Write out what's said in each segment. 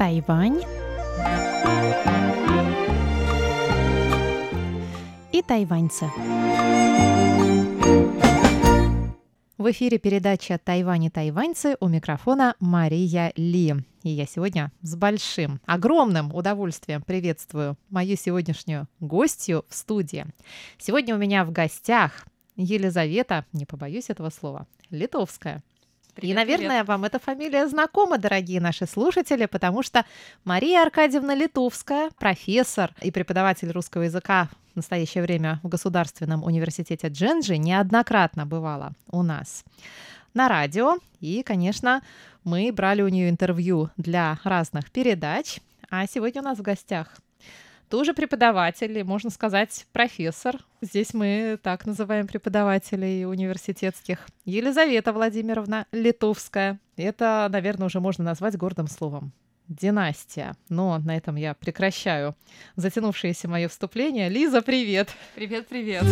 Тайвань и тайваньцы. В эфире передача «Тайвань и тайваньцы», у микрофона Мария Ли. И я сегодня с большим, огромным удовольствием приветствую мою сегодняшнюю гостью в студии. Сегодня у меня в гостях Елизавета, не побоюсь этого слова, Литовская. Привет, и, наверное, привет. Вам эта фамилия знакома, дорогие наши слушатели, потому что Мария Аркадьевна Литовская, профессор и преподаватель русского языка в настоящее время в Государственном университете Джэнджи, неоднократно бывала у нас на радио. И, конечно, мы брали у нее интервью для разных передач. А сегодня у нас в гостях тоже преподаватель, и, можно сказать, профессор. Здесь мы так называем преподавателей университетских. Елизавета Владимировна Литовская. Это, наверное, уже можно назвать гордым словом. Династия. Но на этом я прекращаю затянувшееся мое вступление. Лиза, привет! Привет.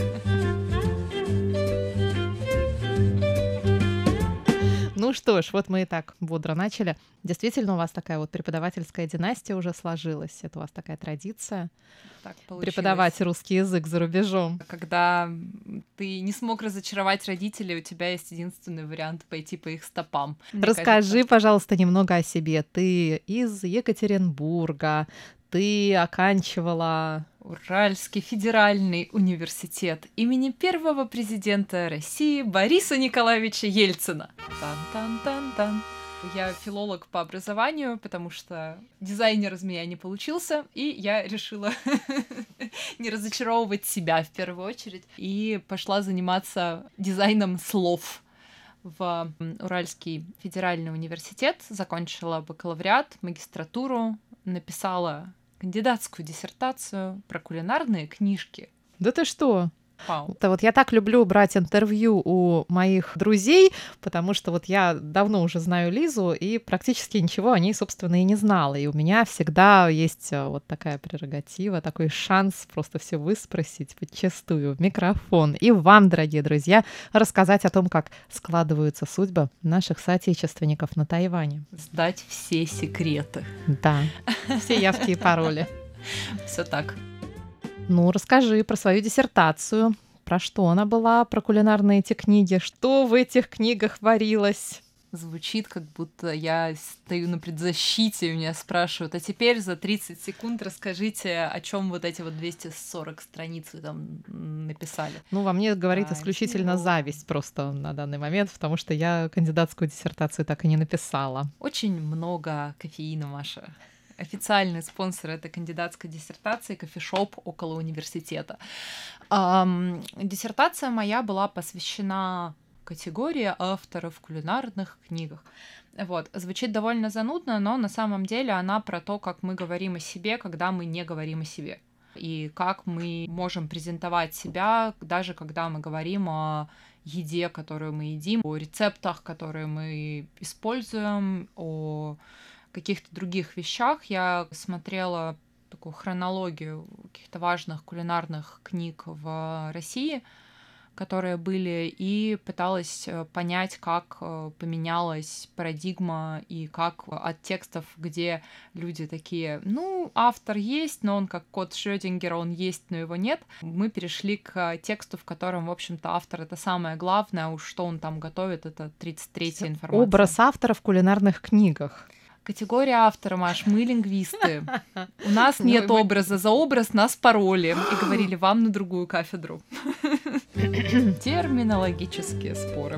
Ну что ж, вот мы и так бодро начали. Действительно, у вас такая вот преподавательская династия уже сложилась. Это у вас такая традиция Так получилось. преподавать русский язык за рубежом. Когда ты не смог разочаровать родителей, у тебя есть единственный вариант пойти по их стопам. Мне Расскажи, кажется. пожалуйста, немного о себе. Ты из Екатеринбурга, ты оканчивала... Уральский федеральный университет имени первого президента России Бориса Николаевича Ельцина. Тан-тан-тан-тан. Я филолог по образованию, потому что дизайнер из меня не получился, и я решила не разочаровывать себя в первую очередь, и пошла заниматься дизайном слов в Уральский федеральный университет, закончила бакалавриат, магистратуру, написала кандидатскую диссертацию про кулинарные книжки. Да ты что? Вау. Это вот я так люблю брать интервью у моих друзей, потому что вот я давно уже знаю Лизу и практически ничего о ней, собственно, и не знала. И у меня всегда есть вот такая прерогатива, такой шанс просто все выспросить подчастую в микрофон. И вам, дорогие друзья, рассказать о том, как складываются судьбы наших соотечественников на Тайване. Сдать все секреты. Да, все явки и пароли. Все так. Ну, расскажи про свою диссертацию. Про что она была, про кулинарные эти книги? Что в этих книгах варилось? Звучит, как будто я стою на предзащите, и меня спрашивают, а теперь за 30 секунд расскажите, о чем вот эти вот 240 страниц вы там написали. Ну, во мне говорит исключительно зависть просто на данный момент, потому что я кандидатскую диссертацию так и не написала. Очень много кофеина, Маша. Официальный спонсор этой кандидатской диссертации — кофешоп около университета. Диссертация моя была посвящена категории авторов в кулинарных книгах. Вот. Звучит довольно занудно, но на самом деле она про то, как мы говорим о себе, когда мы не говорим о себе. И как мы можем презентовать себя, даже когда мы говорим о еде, которую мы едим, о рецептах, которые мы используем, о каких-то других вещах. Я смотрела такую хронологию каких-то важных кулинарных книг в России, которые были, и пыталась понять, как поменялась парадигма и как от текстов, где люди такие, ну, автор есть, но он как кот Шрёдингера, он есть, но его нет, мы перешли к тексту, в котором, в общем-то, автор — это самое главное, а уж что он там готовит, это 33-я информация. Образ автора в кулинарных книгах. Категория автора, Маш, мы лингвисты. У нас нет образа. За образ нас пароли и говорили вам на другую кафедру. Терминологические споры.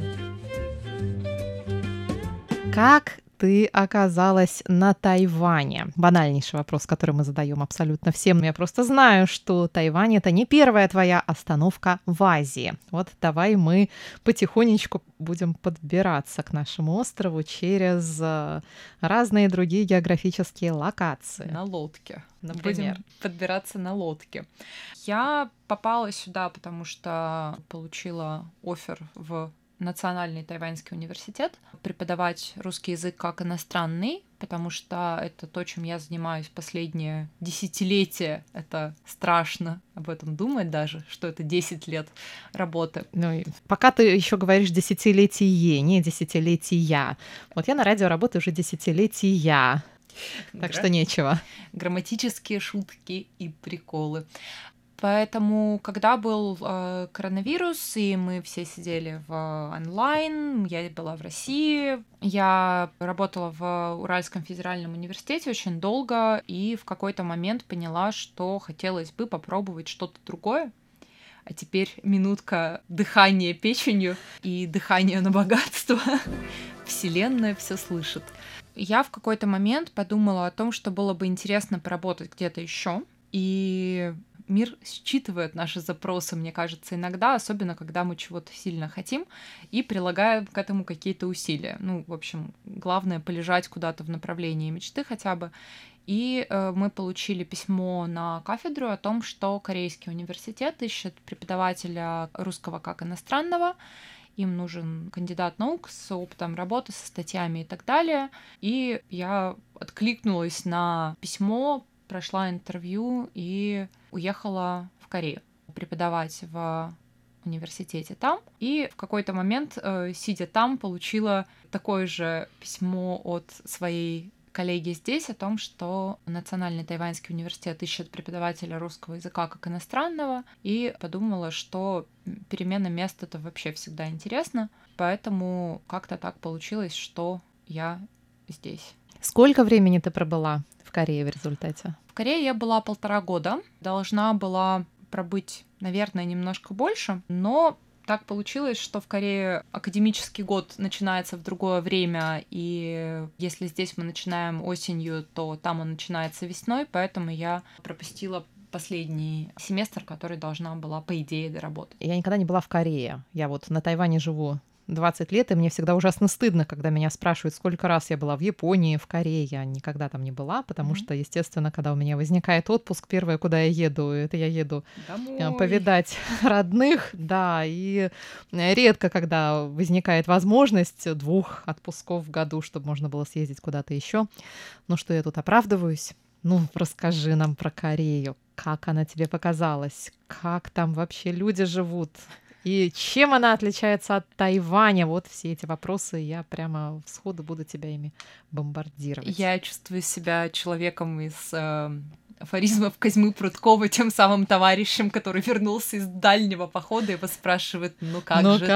Как ты оказалась на Тайване? Банальнейший вопрос, который мы задаем абсолютно всем. Я просто знаю, что Тайвань — это не первая твоя остановка в Азии. Вот давай мы потихонечку будем подбираться к нашему острову через разные другие географические локации. На лодке. Например. Будем подбираться на лодке. Я попала сюда, потому что получила оффер в Национальный тайваньский университет преподавать русский язык как иностранный, потому что это то, чем я занимаюсь последние десятилетия. Это страшно об этом думать даже, что это 10 лет работы. Ну, и пока ты еще говоришь десятилетие, не десятилетия. Вот я на радио работаю уже десятилетия. Так что нечего. Грамматические шутки и приколы. Поэтому, когда был коронавирус, и мы все сидели в онлайн, я была в России, я работала в Уральском федеральном университете очень долго, и в какой-то момент поняла, что хотелось бы попробовать что-то другое. А теперь минутка дыхания печенью и дыхания на богатство. Вселенная все слышит. Я в какой-то момент подумала о том, что было бы интересно поработать где-то еще, и мир считывает наши запросы, мне кажется, иногда, особенно когда мы чего-то сильно хотим, и прилагаем к этому какие-то усилия. Ну, в общем, главное полежать куда-то в направлении мечты хотя бы. И мы получили письмо на кафедру о том, что Корейский университет ищет преподавателя русского как иностранного. Им нужен кандидат наук с опытом работы, со статьями и так далее. И я откликнулась на письмо, прошла интервью и уехала в Корею преподавать в университете там. И в какой-то момент, сидя там, получила такое же письмо от своей коллеги здесь о том, что Национальный тайваньский университет ищет преподавателя русского языка как иностранного, и подумала, что перемена мест — это вообще всегда интересно, поэтому как-то так получилось, что я здесь. Сколько времени ты пробыла в Корее в результате? В Корее я была 1,5 года, должна была пробыть, наверное, немножко больше, но так получилось, что в Корее академический год начинается в другое время, и если здесь мы начинаем осенью, то там он начинается весной, поэтому я пропустила последний семестр, который должна была, по идее, доработать. Я никогда не была в Корее. Я вот на Тайване живу 20 лет, и мне всегда ужасно стыдно, когда меня спрашивают, сколько раз я была в Японии, в Корее. Я никогда там не была, потому что, естественно, когда у меня возникает отпуск, первое, куда я еду, это я еду Домой. повидать родных, да, и редко, когда возникает возможность 2 отпусков в году, чтобы можно было съездить куда-то еще. Ну что, я тут оправдываюсь? Ну, расскажи нам про Корею. Как она тебе показалась? Как там вообще люди живут? И чем она отличается от Тайваня? Вот все эти вопросы, я прямо сходу буду тебя ими бомбардировать. Я чувствую себя человеком из афоризмов Козьмы Прудкова, тем самым товарищем, который вернулся из дальнего похода и вас спрашивает, ну как же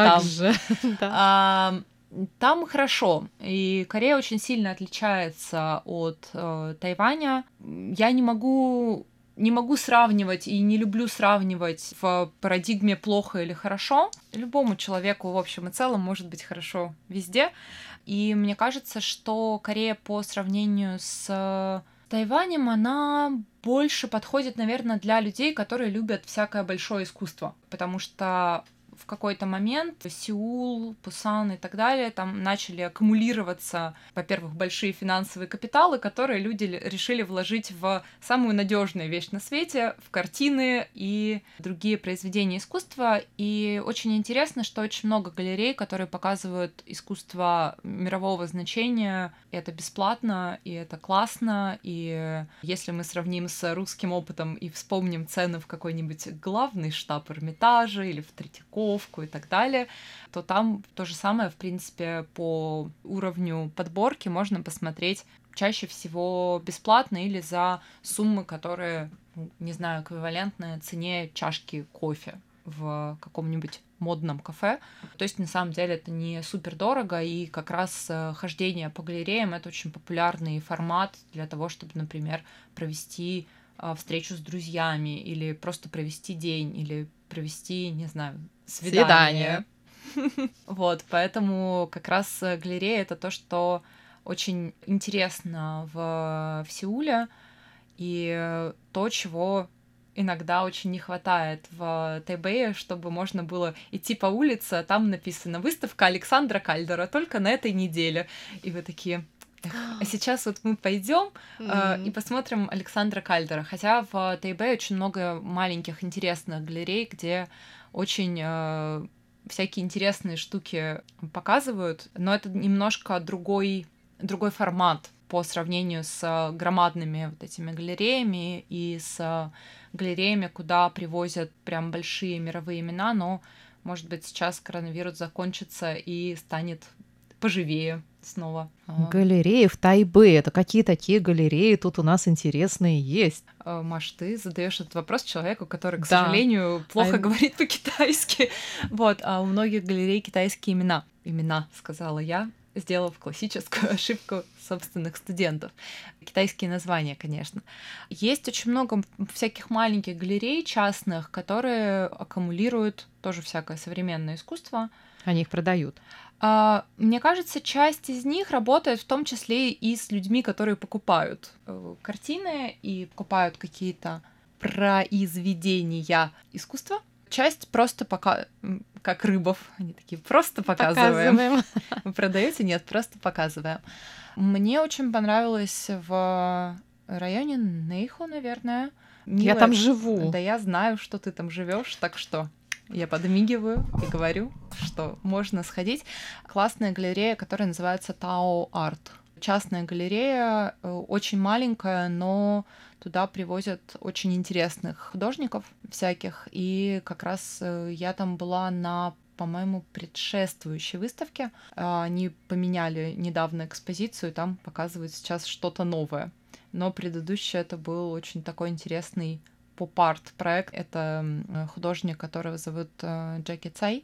там? Там хорошо, и Корея очень сильно отличается от Тайваня. Я не могу сравнивать и не люблю сравнивать в парадигме плохо или хорошо. Любому человеку в общем и целом может быть хорошо везде. И мне кажется, что Корея по сравнению с Тайванем, она больше подходит, наверное, для людей, которые любят всякое большое искусство. Потому что в какой-то момент Сеул, Пусан и так далее там начали аккумулироваться, во-первых, большие финансовые капиталы, которые люди решили вложить в самую надежную вещь на свете, в картины и другие произведения искусства. И очень интересно, что очень много галерей, которые показывают искусство мирового значения. И это бесплатно, и это классно. И если мы сравним с русским опытом и вспомним цены в какой-нибудь главный штаб Эрмитажа или в Третьяковке, и так далее, то там то же самое, в принципе, по уровню подборки можно посмотреть чаще всего бесплатно или за суммы, которые, не знаю, эквивалентны цене чашки кофе в каком-нибудь модном кафе. То есть, на самом деле, это не супер дорого, и как раз хождение по галереям — это очень популярный формат для того, чтобы, например, провести встречу с друзьями, или просто провести день, или провести, не знаю, свидание. Вот, поэтому как раз галерея — это то, что очень интересно в Сеуле, и то, чего иногда очень не хватает в Тайбэе, чтобы можно было идти по улице, а там написано «Выставка Александра Кальдера только на этой неделе». И вы такие... А сейчас вот мы пойдем и посмотрим Александра Кальдера. Хотя в Тайбэе очень много маленьких интересных галерей, где очень всякие интересные штуки показывают, но это немножко другой формат по сравнению с громадными вот этими галереями и с галереями, куда привозят прям большие мировые имена, но, может быть, сейчас коронавирус закончится и станет поживее снова. Галереи в Тайбэе. Это какие такие галереи тут у нас интересные есть? Маш, ты задаешь этот вопрос человеку, который, к Да. сожалению, плохо говорит по-китайски. Вот, а у многих галерей китайские имена. Имена, сказала я, сделав классическую ошибку собственных студентов. Китайские названия, конечно. Есть очень много всяких маленьких галерей частных, которые аккумулируют тоже всякое современное искусство. Они их продают. Мне кажется, часть из них работает в том числе и с людьми, которые покупают картины и покупают какие-то произведения искусства. Часть просто пока как рыбов, они такие просто показываем. Вы продаете? Нет, просто показываем. Мне очень понравилось в районе Нейхо, наверное. Я там живу. Да, я знаю, что ты там живешь, так что я подмигиваю и говорю, что можно сходить. Классная галерея, которая называется Тао Арт. Частная галерея, очень маленькая, но туда привозят очень интересных художников всяких. И как раз я там была на, по-моему, предшествующей выставке. Они поменяли недавно экспозицию, и там показывают сейчас что-то новое. Но предыдущее это был очень такой интересный поп-арт проект. Это художник, которого зовут Джеки Цай.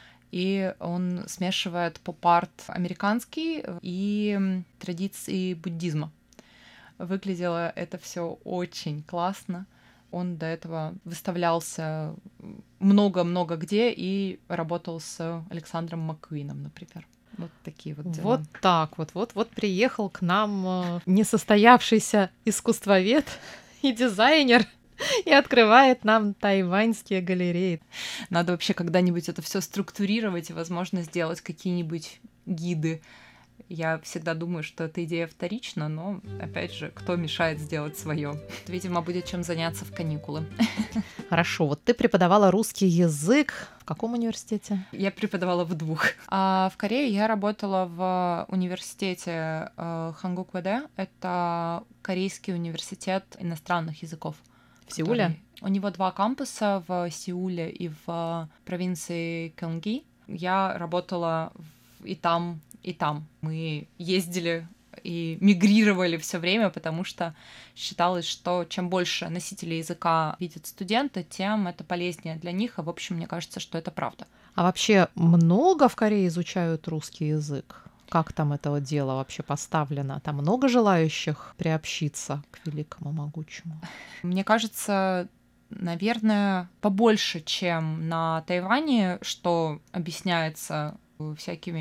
И он смешивает поп-арт американский и традиции буддизма. Выглядело это все очень классно. Он до этого выставлялся много-много где и работал с Александром Маккуином, например. Вот такие вот дела. Вот так вот приехал к нам несостоявшийся искусствовед и дизайнер и открывает нам тайваньские галереи. Надо вообще когда-нибудь это все структурировать и, возможно, сделать какие-нибудь гиды. Я всегда думаю, что эта идея вторична, но, опять же, кто мешает сделать свое? Видимо, будет чем заняться в каникулы. Хорошо, вот ты преподавала русский язык. В каком университете? Я преподавала в двух. А в Корее я работала в университете Хангук-ВД. Это Корейский университет иностранных языков. В Сеуле? У него 2 кампуса в Сеуле и в провинции Кёнги. Я работала и там, и там. Мы ездили и мигрировали все время, потому что считалось, что чем больше носителей языка видят студенты, тем это полезнее для них. И, в общем, мне кажется, что это правда. А вообще много в Корее изучают русский язык? Как там это дело вообще поставлено? Там много желающих приобщиться к великому могучему? Мне кажется, наверное, побольше, чем на Тайване, что объясняется всякими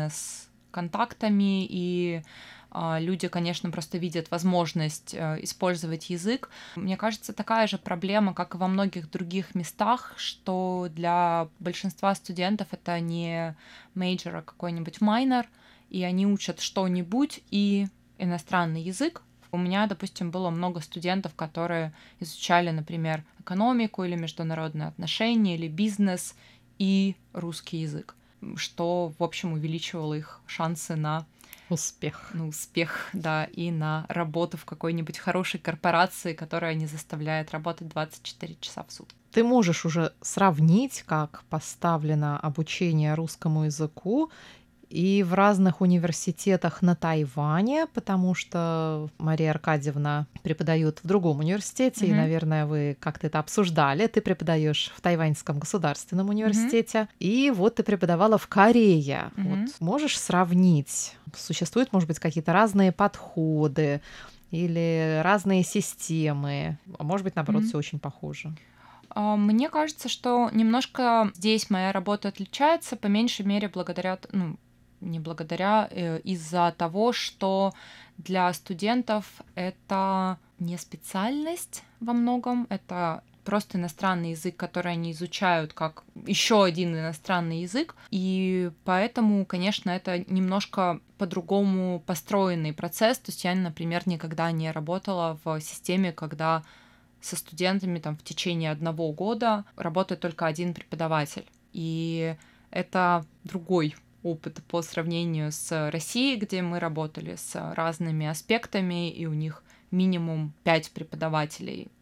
бизнес-контактами, и люди, конечно, просто видят возможность использовать язык. Мне кажется, такая же проблема, как и во многих других местах, что для большинства студентов это не мейджор, а какой-нибудь майнор, и они учат что-нибудь и иностранный язык. У меня, допустим, было много студентов, которые изучали, например, экономику или международные отношения, или бизнес и русский язык, что, в общем, увеличивало их шансы на успех. Успех, да, и на работу в какой-нибудь хорошей корпорации, которая не заставляет работать 24 часа в сутки. Ты можешь уже сравнить, как поставлено обучение русскому языку и в разных университетах на Тайване, потому что Мария Аркадьевна преподает в другом университете, и, наверное, вы как-то это обсуждали. Ты преподаешь в Тайваньском государственном университете, и вот ты преподавала в Корее. Вот можешь сравнить? Существуют, может быть, какие-то разные подходы или разные системы, а может быть, наоборот, все очень похоже? Мне кажется, что немножко здесь моя работа отличается, по меньшей мере, благодаря, не благодаря, из-за того, что для студентов это не специальность во многом, это просто иностранный язык, который они изучают как еще один иностранный язык, и поэтому, конечно, это немножко по-другому построенный процесс. То есть я, например, никогда не работала в системе, когда со студентами там в течение 1 года работает только один преподаватель. И это другой опыт по сравнению с Россией, где мы работали с разными аспектами, и у них минимум 5 преподавателей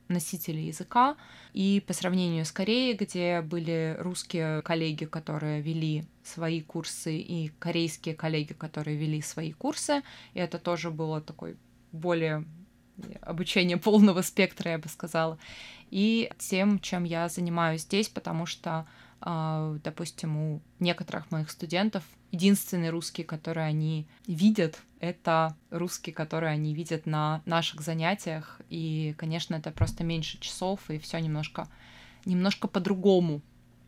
носителей языка. И по сравнению с Кореей, где были русские коллеги, которые вели свои курсы, и корейские коллеги, которые вели свои курсы, и это тоже было такой более обучение полного спектра, я бы сказала. И тем, чем я занимаюсь здесь, потому что, допустим, у некоторых моих студентов единственный русский, который они видят, это русский, который они видят на наших занятиях. И, конечно, это просто меньше часов, и все немножко по-другому.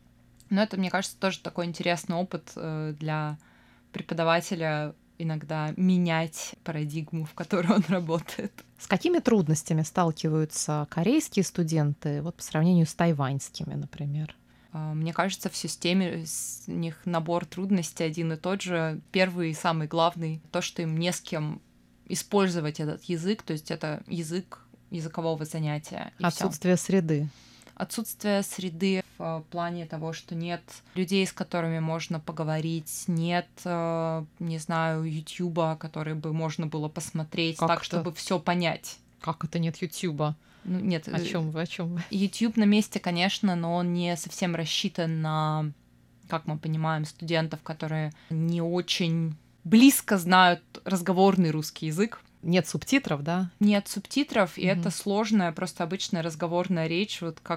Но это, мне кажется, тоже такой интересный опыт для преподавателя иногда менять парадигму, в которой он работает. С какими трудностями сталкиваются корейские студенты вот по сравнению с тайваньскими, например? Мне кажется, в системе у них набор трудностей один и тот же. Первый и самый главный — то, что им не с кем использовать этот язык, то есть это язык языкового занятия. Отсутствие среды. Отсутствие среды в плане того, что нет людей, с которыми можно поговорить, нет, не знаю, Ютуба, который бы можно было посмотреть чтобы все понять. Как это нет Ютуба? Ну, нет. О чем вы? YouTube на месте, конечно, но он не совсем рассчитан на, как мы понимаем, студентов, которые не очень близко знают разговорный русский язык. Нет субтитров, да? Нет субтитров, и это сложная, просто обычная разговорная речь, вот как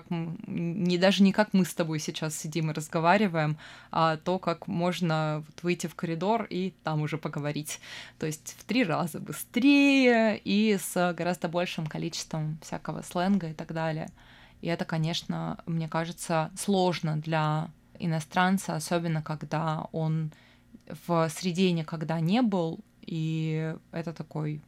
даже не как мы с тобой сейчас сидим и разговариваем, а то, как можно вот выйти в коридор и там уже поговорить. То есть в 3 раза быстрее и с гораздо большим количеством всякого сленга и так далее. И это, конечно, мне кажется, сложно для иностранца, особенно когда он в среде никогда не был, и это такой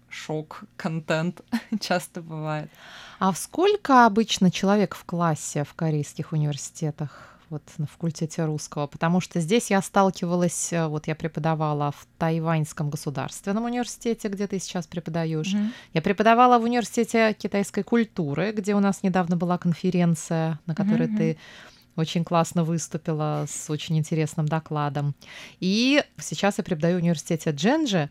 шок-контент часто бывает. А сколько обычно человек в классе в корейских университетах, вот на факультете русского? Потому что здесь я сталкивалась, вот я преподавала в Тайваньском государственном университете, где ты сейчас преподаешь. Я преподавала в университете китайской культуры, где у нас недавно была конференция, на которой ты очень классно выступила с очень интересным докладом. И сейчас я преподаю в университете Дженджи,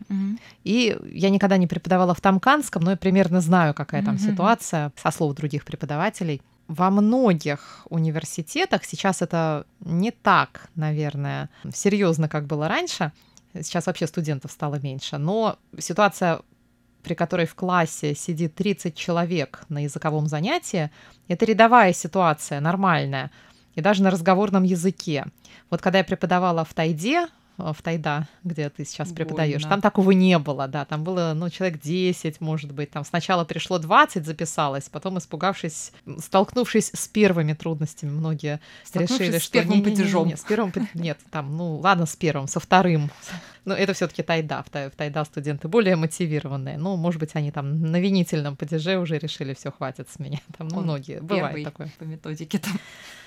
и я никогда не преподавала в Тамканском, но я примерно знаю, какая там ситуация, со слов других преподавателей. Во многих университетах сейчас это не так, наверное, серьезно, как было раньше. Сейчас вообще студентов стало меньше, но ситуация, при которой в классе сидит 30 человек на языковом занятии, это рядовая ситуация, нормальная. И даже на разговорном языке. Вот когда я преподавала в Тайде, в Тайда, где ты сейчас преподаешь, там такого не было, да, там было, человек 10, может быть, там сначала пришло 20, записалось, потом, испугавшись, столкнувшись с первыми трудностями, многие решили, что... с первым падежом. С первым, нет, там, ладно, с первым, со вторым. Но это все-таки Тайда, в Тайда студенты более мотивированные, может быть, они там на винительном падеже уже решили, все хватит с меня, там, многие, бывает такое. По методике там.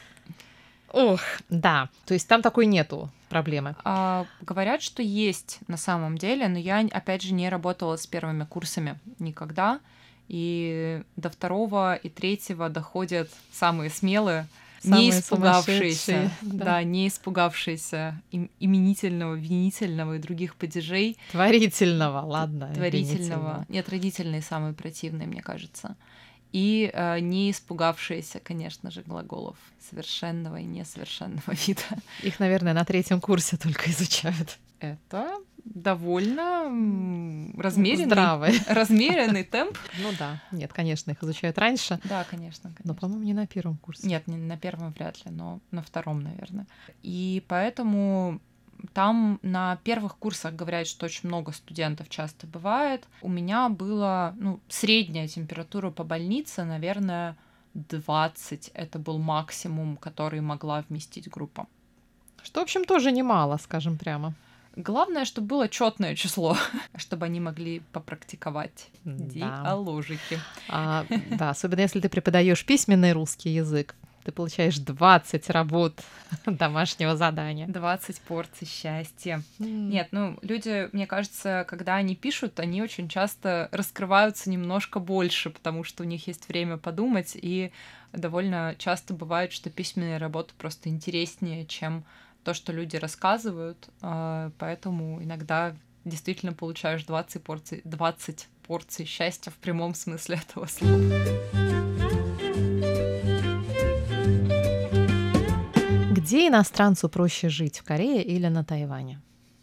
Ох, да, то есть там такой нету проблемы. Говорят, что есть на самом деле, но я, опять же, не работала с первыми курсами никогда, и до 2 и 3 доходят самые смелые, не испугавшиеся, не испугавшиеся именительного, винительного и других падежей. Творительного, ладно. Творительного. Нет, родительные самые противные, мне кажется. И не испугавшиеся, конечно же, глаголов совершенного и несовершенного вида. Их, наверное, на 3 курсе только изучают. Это довольно размеренный темп. Ну да, нет, конечно, их изучают раньше. Да, конечно. Но, по-моему, не на 1 курсе. Нет, не на 1 вряд ли, но на 2, наверное. И поэтому... Там на первых курсах говорят, что очень много студентов часто бывает. У меня была средняя температура по больнице, наверное, 20. Это был максимум, который могла вместить группа. Что, в общем, тоже немало, скажем прямо. Главное, чтобы было четное число, чтобы они могли попрактиковать диалогики. Да, особенно если ты преподаешь письменный русский язык. Ты получаешь 20 работ домашнего задания. 20 порций счастья. Нет, люди, мне кажется, когда они пишут, они очень часто раскрываются немножко больше, потому что у них есть время подумать, и довольно часто бывает, что письменные работы просто интереснее, чем то, что люди рассказывают, поэтому иногда действительно получаешь 20 порций счастья в прямом смысле этого слова. Где иностранцу проще жить, в Корее или на Тайване?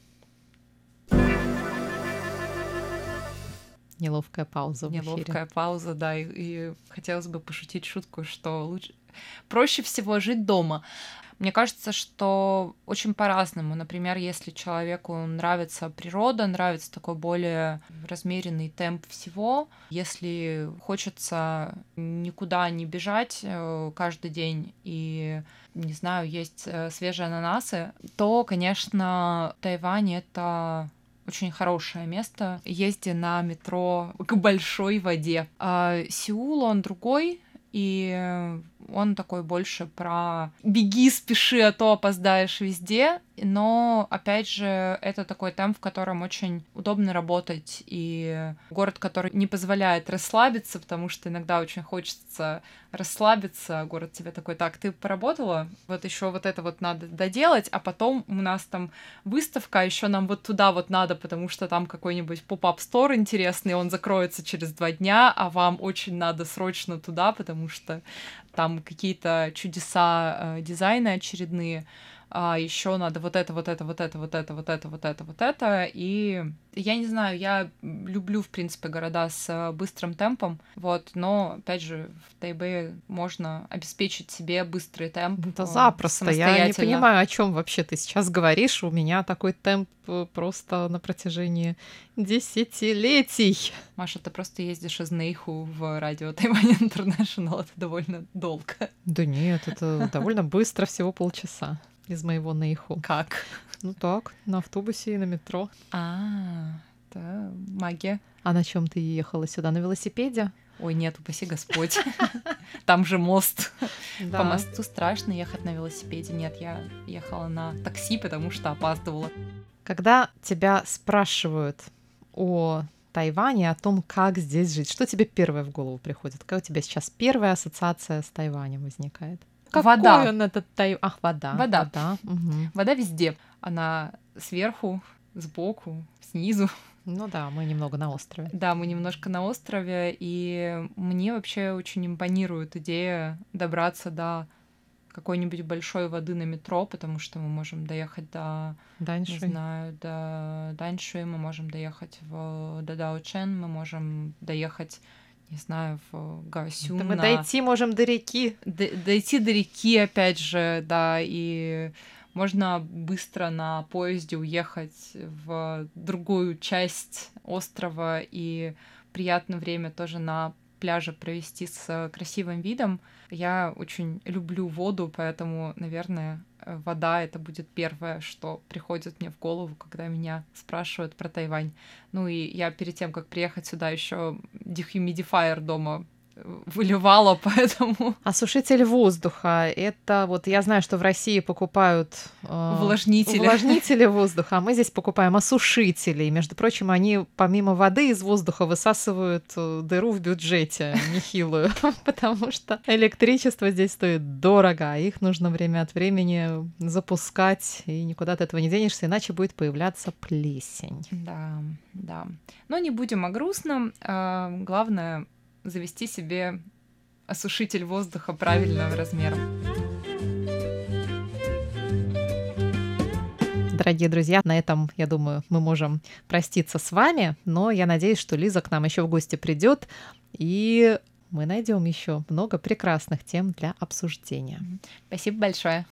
Неловкая пауза в эфире. Неловкая пауза, да, и хотелось бы пошутить шутку, что проще всего жить дома. Мне кажется, что очень по-разному. Например, если человеку нравится природа, нравится такой более размеренный темп всего, если хочется никуда не бежать каждый день и, не знаю, есть свежие ананасы, то, конечно, Тайвань — это очень хорошее место. Езди на метро к большой воде. А Сеул, он другой, и он такой больше про беги, спеши, а то опоздаешь везде. Но, опять же, это такой темп, в котором очень удобно работать. И город, который не позволяет расслабиться, потому что иногда очень хочется расслабиться. Город тебе такой: так, ты поработала, вот еще вот это вот надо доделать, а потом у нас там выставка, а еще нам вот туда вот надо, потому что там какой-нибудь поп-ап-стор интересный, он закроется через 2 дня, а вам очень надо срочно туда, потому что там какие-то чудеса дизайна очередные, а еще надо вот это, вот это, вот это, вот это, вот это, вот это, вот это. И я не знаю, я люблю, в принципе, города с быстрым темпом, вот, но, опять же, в Тайбэе можно обеспечить себе быстрый темп. Это запросто. Я не понимаю, о чем вообще ты сейчас говоришь. У меня такой темп просто на протяжении десятилетий. Маша, ты просто ездишь из Нейху в радио Тайвань Интернешнл, это довольно долго. Да нет, это довольно быстро, всего полчаса из моего Нейху. Как? Ну так, на автобусе и на метро. Это магия. А на чем ты ехала сюда? На велосипеде? Ой, нет, упаси Господь. Там же мост. Да. По мосту страшно ехать на велосипеде. Нет, я ехала на такси, потому что опаздывала. Когда тебя спрашивают о Тайване, о том, как здесь жить, что тебе первое в голову приходит? Какая у тебя сейчас первая ассоциация с Тайванем возникает? Вода. Какой он этот Тайвань? Ах, вода. Вода. Угу. Вода везде. Она сверху, сбоку, снизу. Ну да, мы немного на острове. Да, мы немножко на острове, и мне вообще очень импонирует идея добраться до какой-нибудь большой воды на метро, потому что мы можем доехать до, Даньшуй. не знаю, до Даньшуй, мы можем доехать до Даочэн, мы можем доехать, не знаю, в Гаосюн. Да мы дойти можем до реки. Дойти до реки, опять же, да, и можно быстро на поезде уехать в другую часть острова и приятное время тоже на пляже провести с красивым видом. Я очень люблю воду, поэтому, наверное, вода — это будет первое, что приходит мне в голову, когда меня спрашивают про Тайвань. Ну и я перед тем, как приехать сюда, еще дехумидифайер дома выливала, поэтому... Осушитель воздуха. Это вот я знаю, что в России покупают увлажнители воздуха, а мы здесь покупаем осушители. И, между прочим, они помимо воды из воздуха высасывают дыру в бюджете нехилую, потому что электричество здесь стоит дорого, а их нужно время от времени запускать, и никуда ты этого не денешься, иначе будет появляться плесень. Да, да. Но не будем о грустном. Главное — завести себе осушитель воздуха правильного размера. Дорогие друзья, на этом, я думаю, мы можем проститься с вами, но я надеюсь, что Лиза к нам еще в гости придет, и мы найдем еще много прекрасных тем для обсуждения. Спасибо большое.